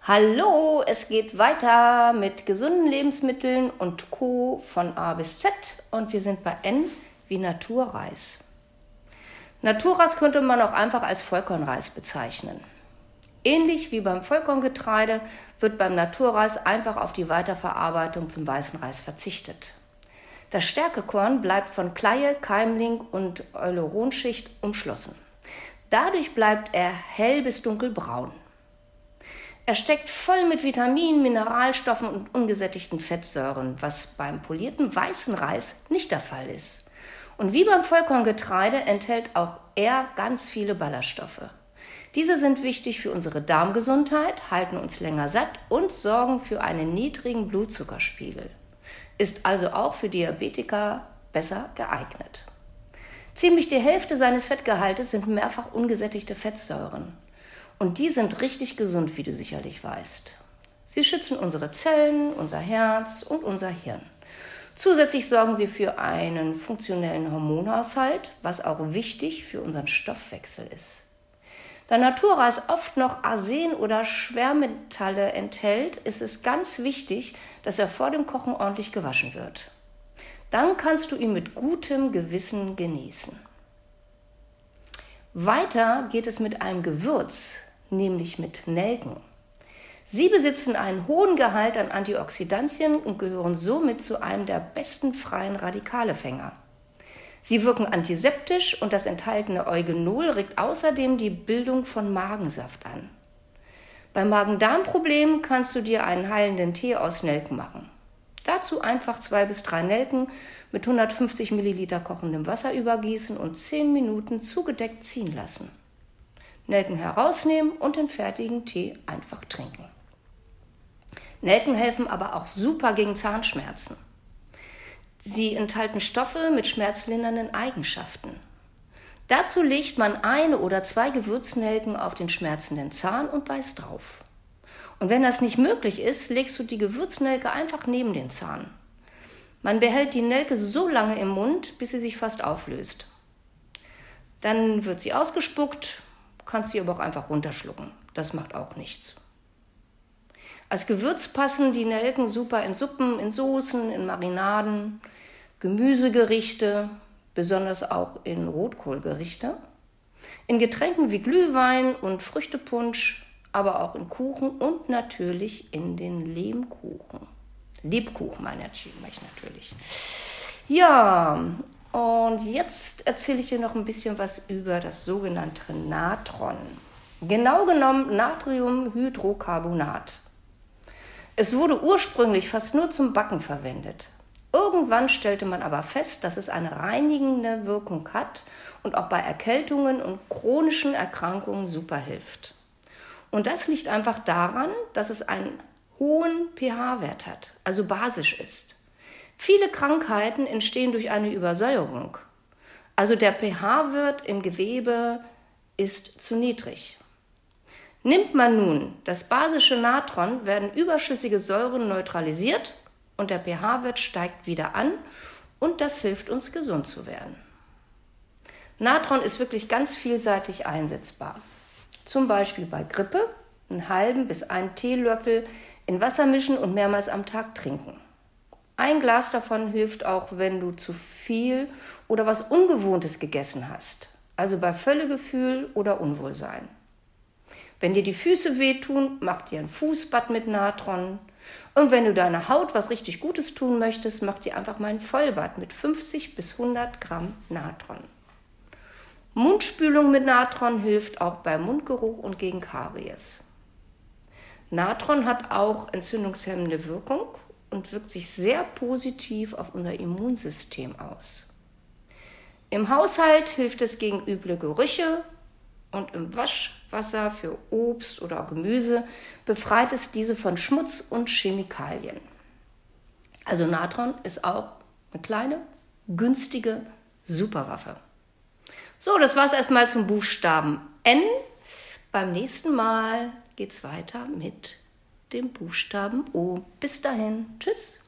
Hallo, es geht weiter mit gesunden Lebensmitteln und Co. von A bis Z und wir sind bei N wie Naturreis. Naturreis könnte man auch einfach als Vollkornreis bezeichnen. Ähnlich wie beim Vollkorngetreide wird beim Naturreis einfach auf die Weiterverarbeitung zum weißen Reis verzichtet. Das Stärkekorn bleibt von Kleie, Keimling und Euleronschicht umschlossen. Dadurch bleibt er hell bis dunkelbraun. Er steckt voll mit Vitaminen, Mineralstoffen und ungesättigten Fettsäuren, was beim polierten weißen Reis nicht der Fall ist. Und wie beim Vollkorngetreide enthält auch er ganz viele Ballaststoffe. Diese sind wichtig für unsere Darmgesundheit, halten uns länger satt und sorgen für einen niedrigen Blutzuckerspiegel. Ist also auch für Diabetiker besser geeignet. Ziemlich die Hälfte seines Fettgehaltes sind mehrfach ungesättigte Fettsäuren. Und die sind richtig gesund, wie du sicherlich weißt. Sie schützen unsere Zellen, unser Herz und unser Hirn. Zusätzlich sorgen sie für einen funktionellen Hormonhaushalt, was auch wichtig für unseren Stoffwechsel ist. Da Naturreis oft noch Arsen oder Schwermetalle enthält, ist es ganz wichtig, dass er vor dem Kochen ordentlich gewaschen wird. Dann kannst du ihn mit gutem Gewissen genießen. Weiter geht es mit einem Gewürz, nämlich mit Nelken. Sie besitzen einen hohen Gehalt an Antioxidantien und gehören somit zu einem der besten freien Radikalefänger. Sie wirken antiseptisch und das enthaltene Eugenol regt außerdem die Bildung von Magensaft an. Bei Magen-Darm-Problemen kannst du dir einen heilenden Tee aus Nelken machen. Dazu einfach 2 bis 3 Nelken mit 150 Milliliter kochendem Wasser übergießen und 10 Minuten zugedeckt ziehen lassen. Nelken herausnehmen und den fertigen Tee einfach trinken. Nelken helfen aber auch super gegen Zahnschmerzen. Sie enthalten Stoffe mit schmerzlindernden Eigenschaften. Dazu legt man 1 oder 2 Gewürznelken auf den schmerzenden Zahn und beißt drauf. Und wenn das nicht möglich ist, legst du die Gewürznelke einfach neben den Zahn. Man behält die Nelke so lange im Mund, bis sie sich fast auflöst. Dann wird sie ausgespuckt, kannst sie aber auch einfach runterschlucken. Das macht auch nichts. Als Gewürz passen die Nelken super in Suppen, in Soßen, in Marinaden, Gemüsegerichte, besonders auch in Rotkohlgerichte, in Getränken wie Glühwein und Früchtepunsch, aber auch in Kuchen und natürlich in den Lebkuchen. Lebkuchen meine ich natürlich. Ja, und jetzt erzähle ich dir noch ein bisschen was über das sogenannte Natron. Genau genommen Natriumhydrocarbonat. Es wurde ursprünglich fast nur zum Backen verwendet. Irgendwann stellte man aber fest, dass es eine reinigende Wirkung hat und auch bei Erkältungen und chronischen Erkrankungen super hilft. Und das liegt einfach daran, dass es einen hohen pH-Wert hat, also basisch ist. Viele Krankheiten entstehen durch eine Übersäuerung. Also der pH-Wert im Gewebe ist zu niedrig. Nimmt man nun das basische Natron, werden überschüssige Säuren neutralisiert und der pH-Wert steigt wieder an und das hilft uns, gesund zu werden. Natron ist wirklich ganz vielseitig einsetzbar. Zum Beispiel bei Grippe, einen halben bis 1 Teelöffel in Wasser mischen und mehrmals am Tag trinken. 1 Glas davon hilft auch, wenn du zu viel oder was Ungewohntes gegessen hast, also bei Völlegefühl oder Unwohlsein. Wenn dir die Füße wehtun, mach dir ein Fußbad mit Natron. Und wenn du deiner Haut was richtig Gutes tun möchtest, mach dir einfach mal ein Vollbad mit 50 bis 100 Gramm Natron. Mundspülung mit Natron hilft auch bei Mundgeruch und gegen Karies. Natron hat auch entzündungshemmende Wirkung und wirkt sich sehr positiv auf unser Immunsystem aus. Im Haushalt hilft es gegen üble Gerüche und im Waschwasser für Obst oder Gemüse befreit es diese von Schmutz und Chemikalien. Also Natron ist auch eine kleine, günstige Superwaffe. So, das war's erstmal zum Buchstaben N. Beim nächsten Mal geht's weiter mit dem Buchstaben O. Bis dahin. Tschüss.